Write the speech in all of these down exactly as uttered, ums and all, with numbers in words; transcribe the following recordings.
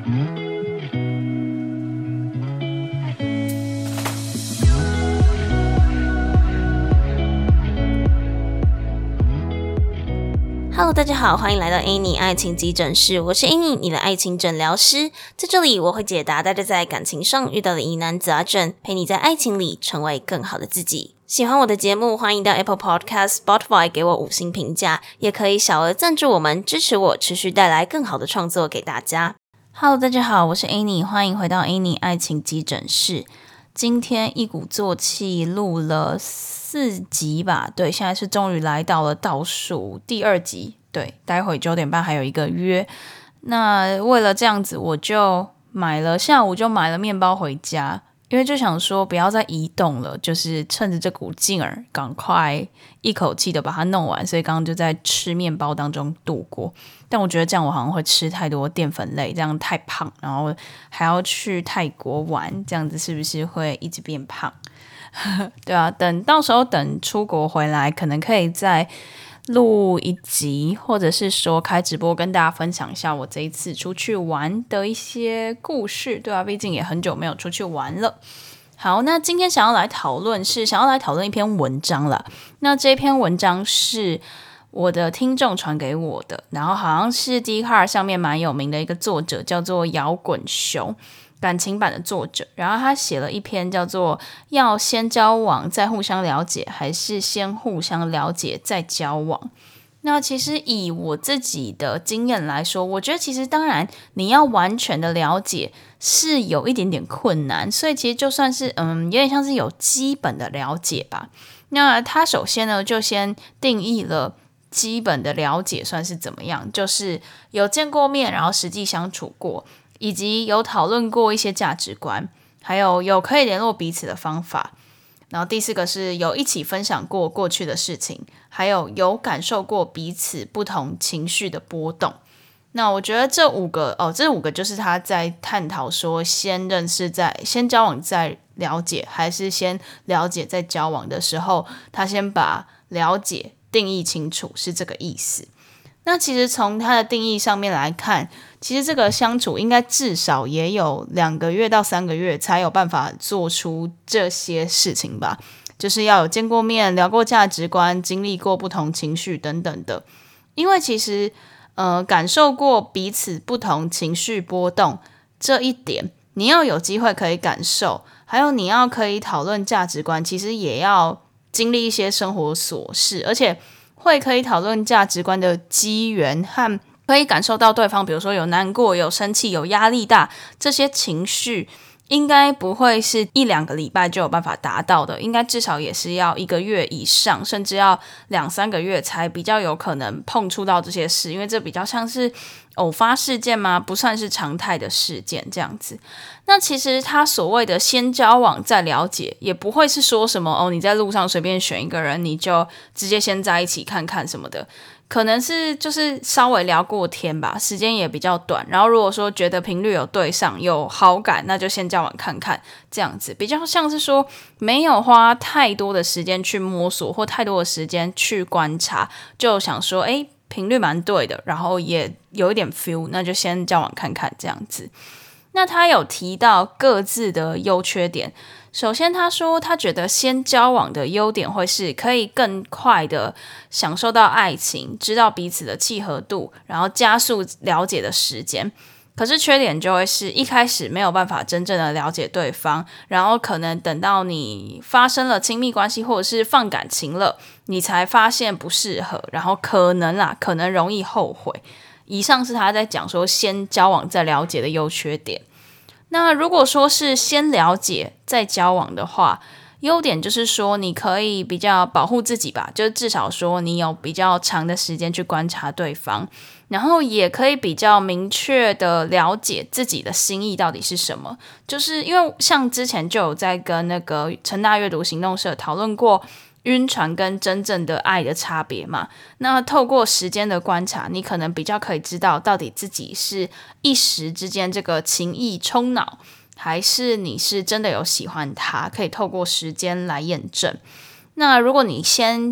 Hello， 大家好，欢迎来到 Annie 爱情急诊室，我是 Annie， 你的爱情诊疗师。在这里，我会解答大家在感情上遇到的疑难杂症，陪你在爱情里成为更好的自己。喜欢我的节目，欢迎到 Apple Podcast、Spotify 给我五星评价，也可以小额赞助我们，支持我持续带来更好的创作给大家。Hello， 大家好，我是 Annie， 欢迎回到 Annie 爱情急诊室。今天一鼓作气录了四集吧，对，现在是终于来到了倒数第二集，对，待会九点半还有一个约。那为了这样子，我就买了下午就买了面包回家，因为就想说不要再移动了，就是趁着这股劲儿赶快一口气的把它弄完，所以刚刚就在吃面包当中度过。但我觉得这样我好像会吃太多淀粉类，这样太胖，然后还要去泰国玩，这样子是不是会一直变胖？对啊，等到时候等出国回来，可能可以再录一集，或者是说开直播跟大家分享一下我这一次出去玩的一些故事，对啊，毕竟也很久没有出去玩了。好，那今天想要来讨论是想要来讨论一篇文章啦。那这篇文章是我的听众传给我的，然后好像是 Dcard 上面蛮有名的一个作者，叫做摇滚熊，感情版的作者，然后他写了一篇叫做要先交往再互相了解，还是先互相了解再交往。那其实以我自己的经验来说，我觉得其实当然你要完全的了解是有一点点困难，所以其实就算是嗯，有点像是有基本的了解吧。那他首先呢就先定义了基本的了解算是怎么样，就是有见过面，然后实际相处过，以及有讨论过一些价值观，还有有可以联络彼此的方法。然后第四个是有一起分享过过去的事情，还有有感受过彼此不同情绪的波动。那我觉得这五个哦，这五个就是他在探讨说先认识再先交往再了解，还是先了解再交往的时候，他先把了解定义清楚，是这个意思。那其实从他的定义上面来看，其实这个相处应该至少也有两个月到三个月才有办法做出这些事情吧，就是要有见过面，聊过价值观，经历过不同情绪等等的。因为其实呃，感受过彼此不同情绪波动这一点，你要有机会可以感受，还有你要可以讨论价值观，其实也要经历一些生活琐事，而且会可以讨论价值观的机缘和可以感受到对方，比如说有难过、有生气、有压力大，这些情绪应该不会是一两个礼拜就有办法达到的，应该至少也是要一个月以上，甚至要两三个月才比较有可能碰触到这些事，因为这比较像是偶发事件嘛，不算是常态的事件这样子。那其实他所谓的先交往再了解，也不会是说什么哦，你在路上随便选一个人，你就直接先在一起看看什么的，可能是就是稍微聊过天吧，时间也比较短，然后如果说觉得频率有对上，有好感，那就先交往看看，这样子比较像是说没有花太多的时间去摸索，或太多的时间去观察，就想说诶频率蛮对的，然后也有一点 feel， 那就先交往看看这样子。那他有提到各自的优缺点，首先他说他觉得先交往的优点会是可以更快的享受到爱情，知道彼此的契合度，然后加速了解的时间。可是缺点就会是一开始没有办法真正的了解对方，然后可能等到你发生了亲密关系或者是放感情了，你才发现不适合，然后可能啦可能容易后悔。以上是他在讲说先交往再了解的优缺点。那如果说是先了解再交往的话，优点就是说你可以比较保护自己吧，就至少说你有比较长的时间去观察对方，然后也可以比较明确的了解自己的心意到底是什么。就是因为像之前就有在跟那个成大阅读行动社讨论过晕船跟真正的爱的差别嘛，那透过时间的观察，你可能比较可以知道到底自己是一时之间这个情意冲脑，还是你是真的有喜欢他，可以透过时间来验证。那如果你先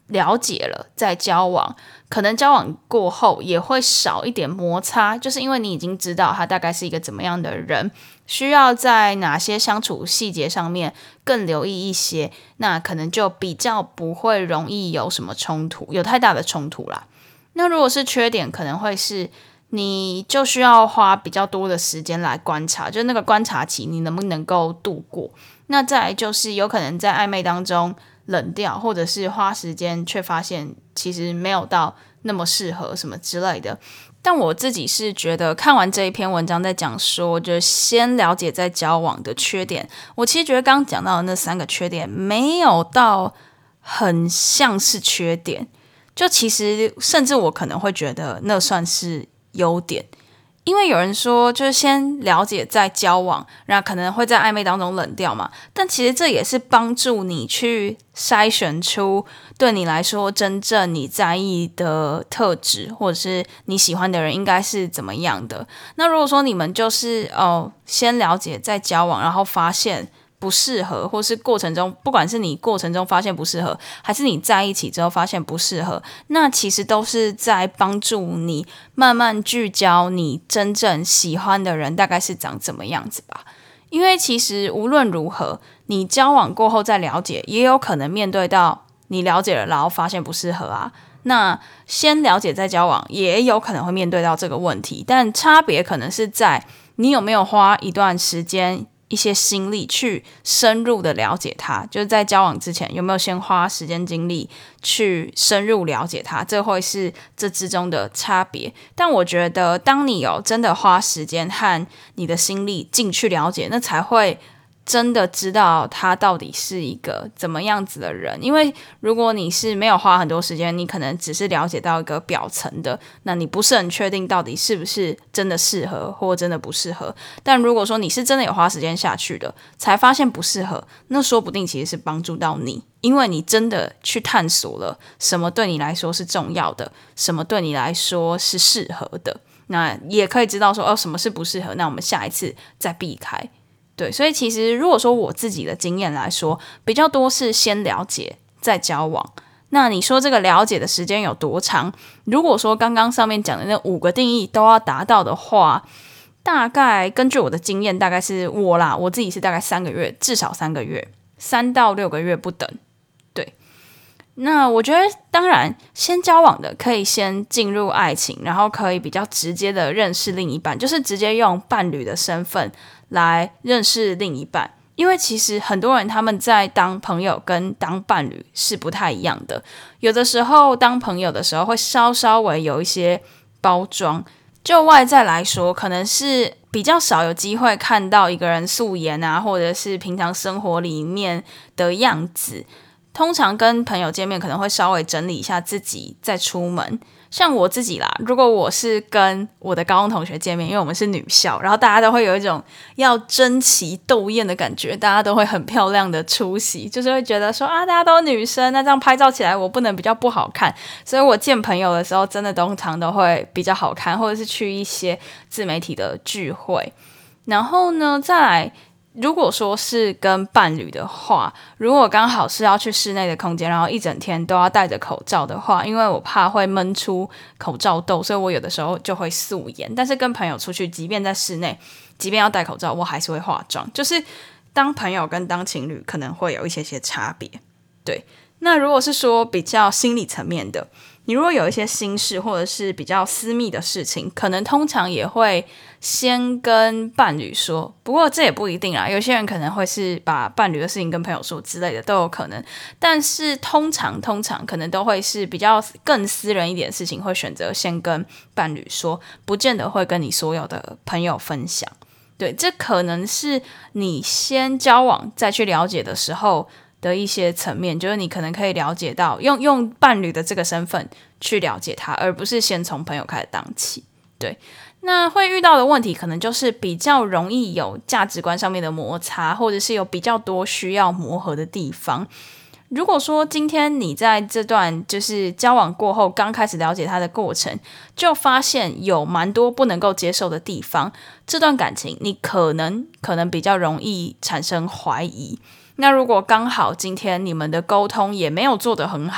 了解了再交往，可能交往过后也会少一点摩擦，就是因为你已经知道他大概是一个怎么样的人，需要在哪些相处细节上面更留意一些，那可能就比较不会容易有什么冲突，有太大的冲突啦。那如果是缺点，可能会是你就需要花比较多的时间来观察，就是那个观察期你能不能够度过。那再来就是有可能在暧昧当中冷掉，或者是花时间却发现其实没有到那么适合什么之类的。但我自己是觉得看完这一篇文章在讲说就先了解再交往的缺点，我其实觉得刚刚讲到的那三个缺点没有到很像是缺点，就其实甚至我可能会觉得那算是优点。因为有人说就是先了解再交往，然后可能会在暧昧当中冷掉嘛，但其实这也是帮助你去筛选出对你来说真正你在意的特质，或者是你喜欢的人应该是怎么样的。那如果说你们就是哦先了解再交往，然后发现不适合，或是过程中不管是你过程中发现不适合，还是你在一起之后发现不适合，那其实都是在帮助你慢慢聚焦你真正喜欢的人大概是长怎么样子吧。因为其实无论如何你交往过后再了解，也有可能面对到你了解了然后发现不适合啊，那先了解再交往也有可能会面对到这个问题，但差别可能是在你有没有花一段时间一些心力去深入的了解他，就是在交往之前有没有先花时间精力去深入了解他，这会是这之中的差别。但我觉得当你有真的花时间和你的心力进去了解，那才会真的知道他到底是一个怎么样子的人。因为如果你是没有花很多时间，你可能只是了解到一个表层的，那你不是很确定到底是不是真的适合或真的不适合。但如果说你是真的有花时间下去的，才发现不适合，那说不定其实是帮助到你，因为你真的去探索了什么对你来说是重要的，什么对你来说是适合的，那也可以知道说哦什么是不适合，那我们下一次再避开。对，所以其实如果说我自己的经验来说，比较多是先了解再交往。那你说这个了解的时间有多长？如果说刚刚上面讲的那五个定义都要达到的话，大概根据我的经验，大概是我啦，我自己是大概三个月，至少三个月，三到六个月不等。对，那我觉得当然先交往的可以先进入爱情，然后可以比较直接的认识另一半，就是直接用伴侣的身份来认识另一半。因为其实很多人他们在当朋友跟当伴侣是不太一样的，有的时候当朋友的时候会稍稍微有一些包装，就外在来说可能是比较少有机会看到一个人素颜啊，或者是平常生活里面的样子。通常跟朋友见面可能会稍微整理一下自己再出门。像我自己啦，如果我是跟我的高中同学见面，因为我们是女校，然后大家都会有一种要争奇斗艳的感觉，大家都会很漂亮的出席，就是会觉得说啊，大家都是女生，那这样拍照起来我不能比较不好看，所以我见朋友的时候真的通常都会比较好看，或者是去一些自媒体的聚会。然后呢，再来如果说是跟伴侣的话，如果刚好是要去室内的空间，然后一整天都要戴着口罩的话，因为我怕会闷出口罩痘，所以我有的时候就会素颜。但是跟朋友出去，即便在室内，即便要戴口罩，我还是会化妆。就是当朋友跟当情侣可能会有一些些差别。对，那如果是说比较心理层面的，你如果有一些心事或者是比较私密的事情，可能通常也会先跟伴侣说，不过这也不一定啦，有些人可能会是把伴侣的事情跟朋友说之类的都有可能，但是通常通常可能都会是比较更私人一点的事情，会选择先跟伴侣说，不见得会跟你所有的朋友分享。对，这可能是你先交往再去了解的时候的一些层面，就是你可能可以了解到用用伴侣的这个身份去了解他，而不是先从朋友开始当起。对，那会遇到的问题可能就是比较容易有价值观上面的摩擦，或者是有比较多需要磨合的地方。如果说今天你在这段就是交往过后刚开始了解他的过程，就发现有蛮多不能够接受的地方，这段感情你可能可能比较容易产生怀疑。那如果刚好今天你们的沟通也没有做得很好，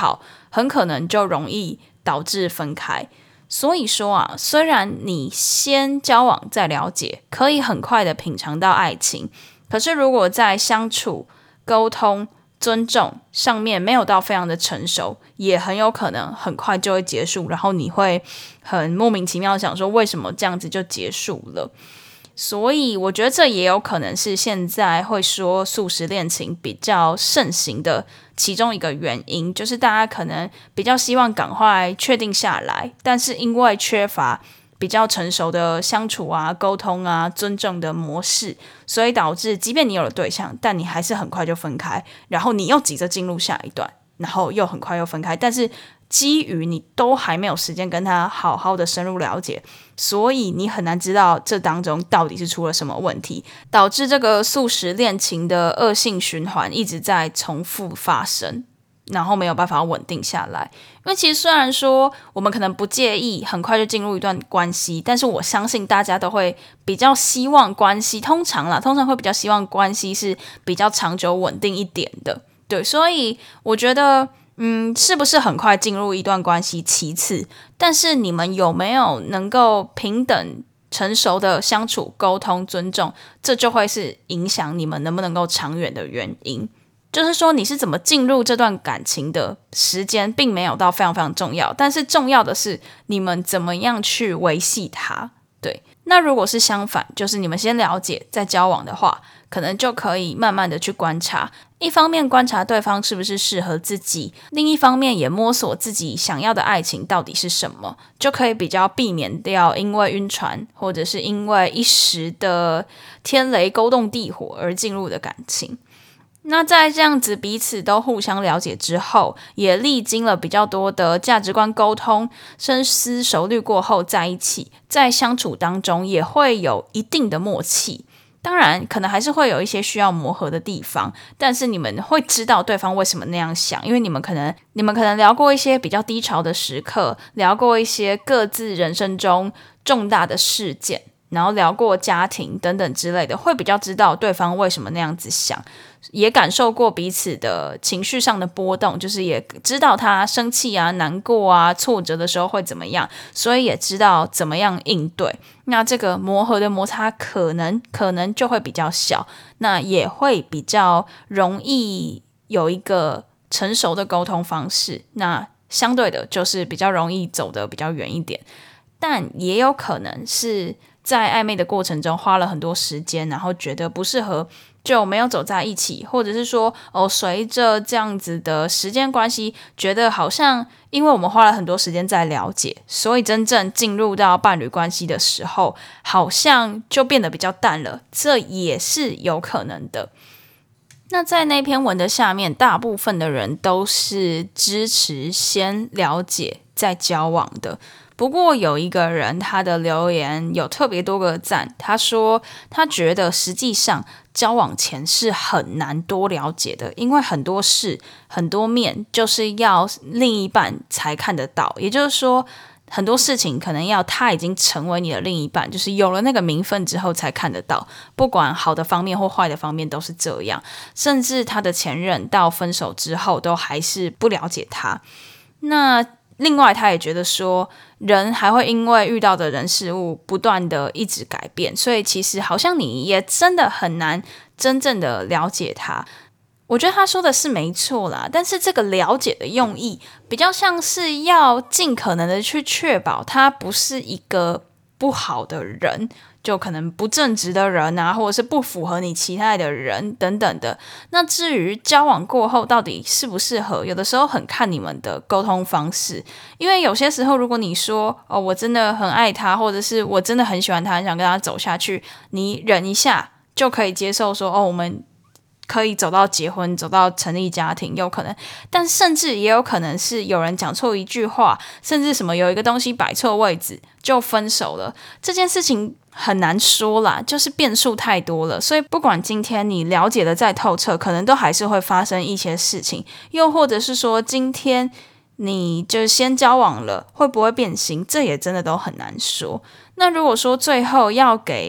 很可能就容易导致分开。所以说啊，虽然你先交往再了解，可以很快的品尝到爱情，可是如果在相处、沟通、尊重上面没有到非常的成熟，也很有可能很快就会结束，然后你会很莫名其妙的想说为什么这样子就结束了。所以我觉得这也有可能是现在会说速食恋情比较盛行的其中一个原因，就是大家可能比较希望赶快确定下来，但是因为缺乏比较成熟的相处啊、沟通啊、尊重的模式，所以导致即便你有了对象，但你还是很快就分开，然后你又急着进入下一段，然后又很快又分开，但是基于你都还没有时间跟他好好的深入了解，所以你很难知道这当中到底是出了什么问题，导致这个速食恋情的恶性循环一直在重复发生，然后没有办法稳定下来。因为其实虽然说我们可能不介意很快就进入一段关系，但是我相信大家都会比较希望关系，通常啦，通常会比较希望关系是比较长久稳定一点的。对，所以我觉得嗯，是不是很快进入一段关系其次，但是你们有没有能够平等成熟的相处、沟通、尊重，这就会是影响你们能不能够长远的原因。就是说你是怎么进入这段感情的时间并没有到非常非常重要，但是重要的是你们怎么样去维系它。对，那如果是相反，就是你们先了解再交往的话，可能就可以慢慢的去观察，一方面观察对方是不是适合自己，另一方面也摸索自己想要的爱情到底是什么，就可以比较避免掉因为晕船或者是因为一时的天雷勾动地火而进入的感情。那在这样子彼此都互相了解之后，也历经了比较多的价值观沟通，深思熟虑过后在一起，在相处当中也会有一定的默契。当然可能还是会有一些需要磨合的地方，但是你们会知道对方为什么那样想，因为你们可能你们可能聊过一些比较低潮的时刻，聊过一些各自人生中重大的事件，然后聊过家庭等等之类的，会比较知道对方为什么那样子想，也感受过彼此的情绪上的波动，就是也知道他生气啊、难过啊、挫折的时候会怎么样，所以也知道怎么样应对。那这个磨合的摩擦可能可能就会比较小，那也会比较容易有一个成熟的沟通方式，那相对的就是比较容易走得比较远一点。但也有可能是在暧昧的过程中花了很多时间，然后觉得不适合就没有走在一起，或者是说哦，随着这样子的时间关系，觉得好像因为我们花了很多时间在了解，所以真正进入到伴侣关系的时候，好像就变得比较淡了，这也是有可能的。那在那篇文的下面，大部分的人都是支持先了解再交往的。不过有一个人他的留言有特别多个赞，他说他觉得实际上交往前是很难多了解的，因为很多事很多面就是要另一半才看得到，也就是说很多事情可能要他已经成为你的另一半，就是有了那个名分之后才看得到，不管好的方面或坏的方面都是这样，甚至他的前任到分手之后都还是不了解他。那另外他也觉得说人还会因为遇到的人事物不断的一直改变，所以其实好像你也真的很难真正的了解他。我觉得他说的是没错啦，但是这个了解的用意比较像是要尽可能的去确保他不是一个不好的人，就可能不正直的人啊，或者是不符合你期待的人等等的。那至于交往过后到底适不适合，有的时候很看你们的沟通方式，因为有些时候如果你说哦我真的很爱他，或者是我真的很喜欢他，很想跟他走下去，你忍一下就可以接受说哦我们可以走到结婚，走到成立家庭，有可能。但甚至也有可能是有人讲错一句话，甚至什么有一个东西摆错位置就分手了，这件事情很难说啦，就是变数太多了。所以不管今天你了解的再透彻，可能都还是会发生一些事情，又或者是说今天你就先交往了，会不会变心，这也真的都很难说。那如果说最后要给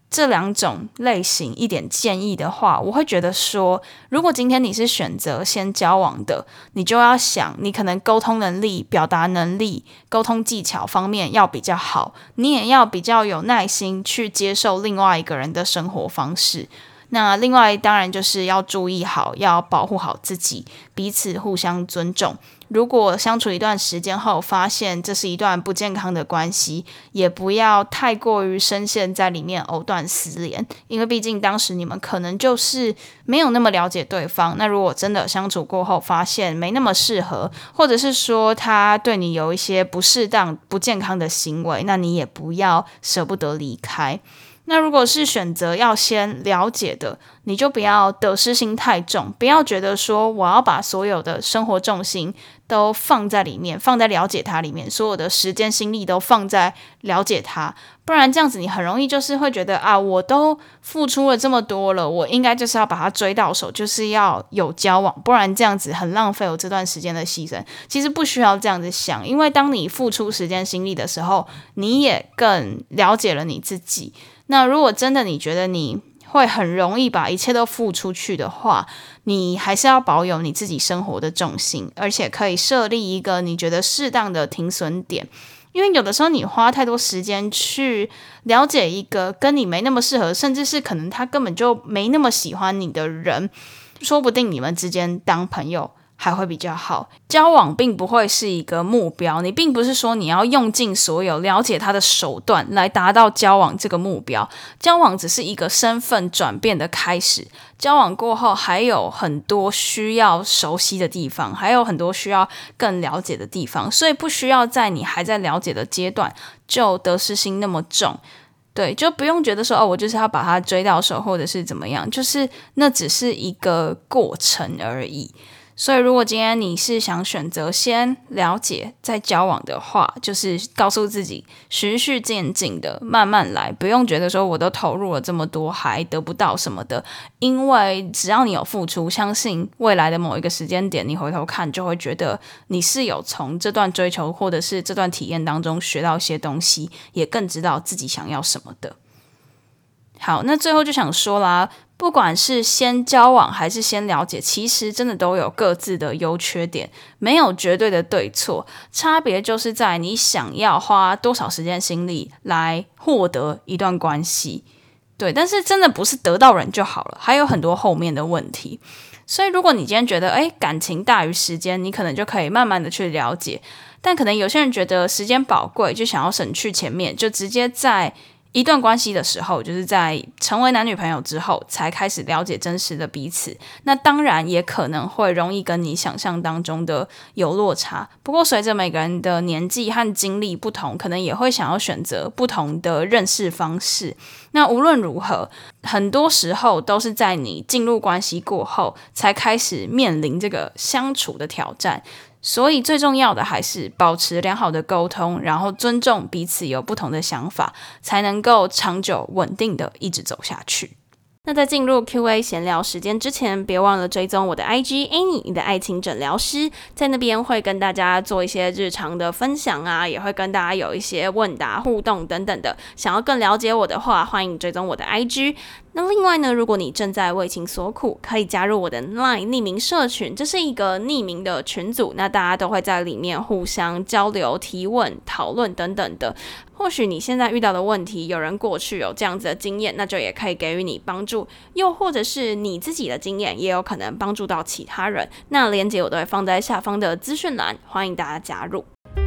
这两种类型一点建议的话，我会觉得说，如果今天你是选择先交往的，你就要想你可能沟通能力、表达能力、沟通技巧方面要比较好，你也要比较有耐心去接受另外一个人的生活方式。那另外当然就是要注意好，要保护好自己，彼此互相尊重。如果相处一段时间后发现这是一段不健康的关系，也不要太过于深陷在里面藕断丝连，因为毕竟当时你们可能就是没有那么了解对方。那如果真的相处过后发现没那么适合，或者是说他对你有一些不适当不健康的行为，那你也不要舍不得离开。那如果是选择要先了解的，你就不要得失心太重，不要觉得说我要把所有的生活重心都放在里面，放在了解他里面，所有的时间心力都放在了解他，不然这样子你很容易就是会觉得啊，我都付出了这么多了，我应该就是要把他追到手，就是要有交往，不然这样子很浪费我这段时间的牺牲。其实不需要这样子想，因为当你付出时间心力的时候，你也更了解了你自己。那如果真的你觉得你会很容易把一切都付出去的话，你还是要保有你自己生活的重心，而且可以设立一个你觉得适当的停损点。因为有的时候你花太多时间去了解一个跟你没那么适合，甚至是可能他根本就没那么喜欢你的人，说不定你们之间当朋友还会比较好。交往并不会是一个目标，你并不是说你要用尽所有了解他的手段来达到交往这个目标，交往只是一个身份转变的开始。交往过后还有很多需要熟悉的地方，还有很多需要更了解的地方，所以不需要在你还在了解的阶段就得失心那么重。对，就不用觉得说哦，我就是要把他追到手或者是怎么样，就是那只是一个过程而已。所以如果今天你是想选择先了解再交往的话，就是告诉自己循序渐进的慢慢来，不用觉得说我都投入了这么多还得不到什么的，因为只要你有付出，相信未来的某一个时间点你回头看就会觉得你是有从这段追求或者是这段体验当中学到一些东西，也更知道自己想要什么的。好，那最后就想说啦，不管是先交往还是先了解，其实真的都有各自的优缺点，没有绝对的对错，差别就是在你想要花多少时间心力来获得一段关系。对，但是真的不是得到人就好了，还有很多后面的问题。所以如果你今天觉得诶感情大于时间，你可能就可以慢慢的去了解，但可能有些人觉得时间宝贵，就想要省去前面，就直接在一段关系的时候，就是在成为男女朋友之后才开始了解真实的彼此，那当然也可能会容易跟你想象当中的有落差。不过随着每个人的年纪和经历不同，可能也会想要选择不同的认识方式。那无论如何，很多时候都是在你进入关系过后才开始面临这个相处的挑战。所以最重要的还是保持良好的沟通，然后尊重彼此有不同的想法，才能够长久稳定的一直走下去。 那在进入 Q A 闲聊时间之前，别忘了追踪我的 I G Annie 你的爱情诊疗师，在那边会跟大家做一些日常的分享啊，也会跟大家有一些问答互动等等的。想要更了解我的话，欢迎追踪我的 I G。那另外呢，如果你正在为情所苦，可以加入我的 LINE 匿名社群，这是一个匿名的群组，那大家都会在里面互相交流、提问、讨论等等的。或许你现在遇到的问题，有人过去有这样子的经验，那就也可以给予你帮助，又或者是你自己的经验，也有可能帮助到其他人。那连结我都会放在下方的资讯栏，欢迎大家加入。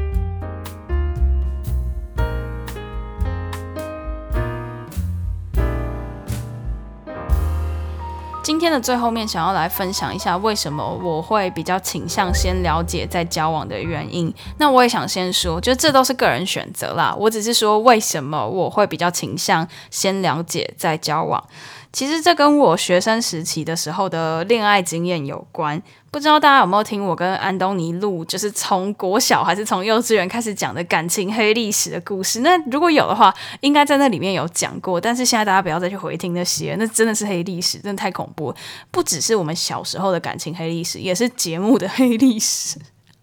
今天的最后面想要来分享一下为什么我会比较倾向先了解再交往的原因。那我也想先说，就这都是个人选择啦，我只是说为什么我会比较倾向先了解再交往。其实这跟我学生时期的时候的恋爱经验有关，不知道大家有没有听我跟安东尼录，就是从国小还是从幼稚园开始讲的感情黑历史的故事。那如果有的话，应该在那里面有讲过，但是现在大家不要再去回听那些，那真的是黑历史，真的太恐怖了。不只是我们小时候的感情黑历史，也是节目的黑历史。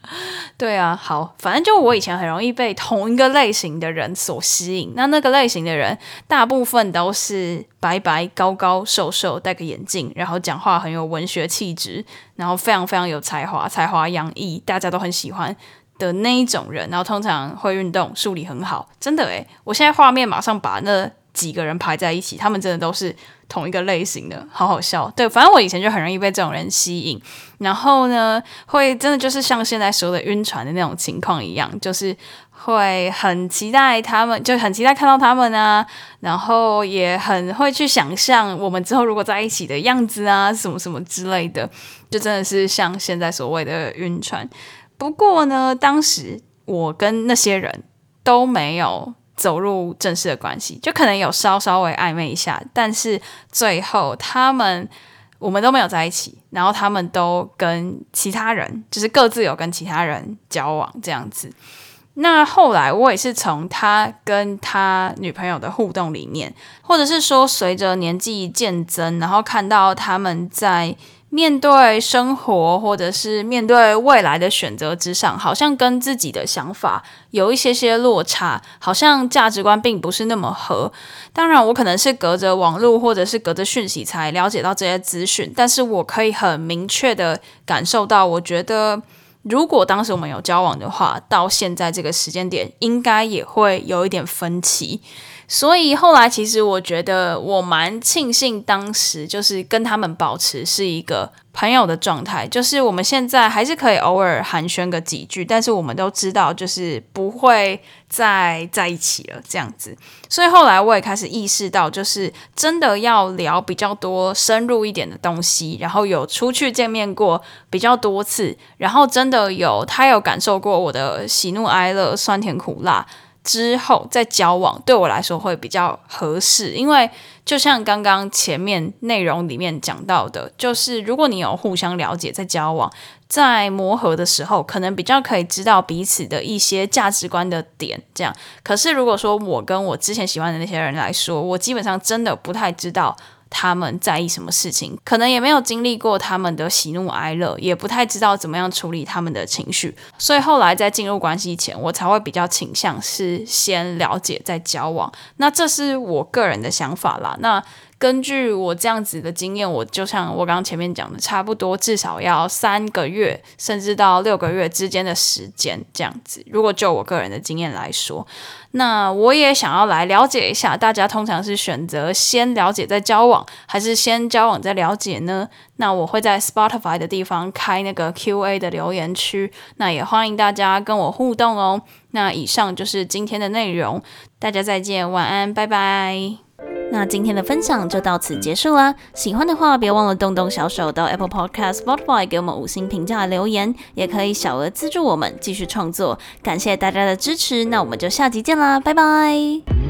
对啊，好，反正就我以前很容易被同一个类型的人所吸引。那那个类型的人，大部分都是白白、高高、瘦瘦，戴个眼镜，然后讲话很有文学气质，然后非常非常有才华，才华洋溢，大家都很喜欢的那一种人。然后通常会运动，数理很好，真的诶，我现在画面马上把那几个人排在一起，他们真的都是同一个类型的，好好笑。对，反正我以前就很容易被这种人吸引，然后呢，会真的就是像现在说的晕船的那种情况一样，就是会很期待他们，就很期待看到他们啊，然后也很会去想象我们之后如果在一起的样子啊，什么什么之类的，就真的是像现在所谓的晕船。不过呢，当时我跟那些人都没有走入正式的关系，就可能有稍稍微暧昧一下，但是最后他们我们都没有在一起，然后他们都跟其他人，就是各自有跟其他人交往这样子。那后来我也是从他跟他女朋友的互动里面，或者是说随着年纪渐增，然后看到他们在面对生活或者是面对未来的选择之上，好像跟自己的想法有一些些落差，好像价值观并不是那么合。当然我可能是隔着网络或者是隔着讯息才了解到这些资讯，但是我可以很明确的感受到，我觉得如果当时我们有交往的话，到现在这个时间点应该也会有一点分歧。所以后来其实我觉得我蛮庆幸当时就是跟他们保持是一个朋友的状态，就是我们现在还是可以偶尔寒暄个几句，但是我们都知道就是不会再在一起了这样子。所以后来我也开始意识到，就是真的要聊比较多深入一点的东西，然后有出去见面过比较多次，然后真的有他有感受过我的喜怒哀乐酸甜苦辣之后再交往，对我来说会比较合适。因为就像刚刚前面内容里面讲到的，就是如果你有互相了解，在交往在磨合的时候，可能比较可以知道彼此的一些价值观的点这样。可是如果说我跟我之前喜欢的那些人来说，我基本上真的不太知道他们在意什么事情，可能也没有经历过他们的喜怒哀乐，也不太知道怎么样处理他们的情绪，所以后来在进入关系前，我才会比较倾向是先了解再交往。那这是我个人的想法啦。那根据我这样子的经验，我就像我刚刚前面讲的，差不多至少要三个月甚至到六个月之间的时间这样子。如果就我个人的经验来说，那我也想要来了解一下，大家通常是选择先了解再交往，还是先交往再了解呢？那我会在 Spotify 的地方开那个 Q A 的留言区，那也欢迎大家跟我互动哦。那以上就是今天的内容，大家再见，晚安，拜拜。 那今天的分享就到此结束啦。喜欢的话，别忘了动动小手到 Apple Podcast、Spotify 给我们五星评价留言，也可以小额资助我们继续创作。感谢大家的支持，那我们就下集见啦，拜拜。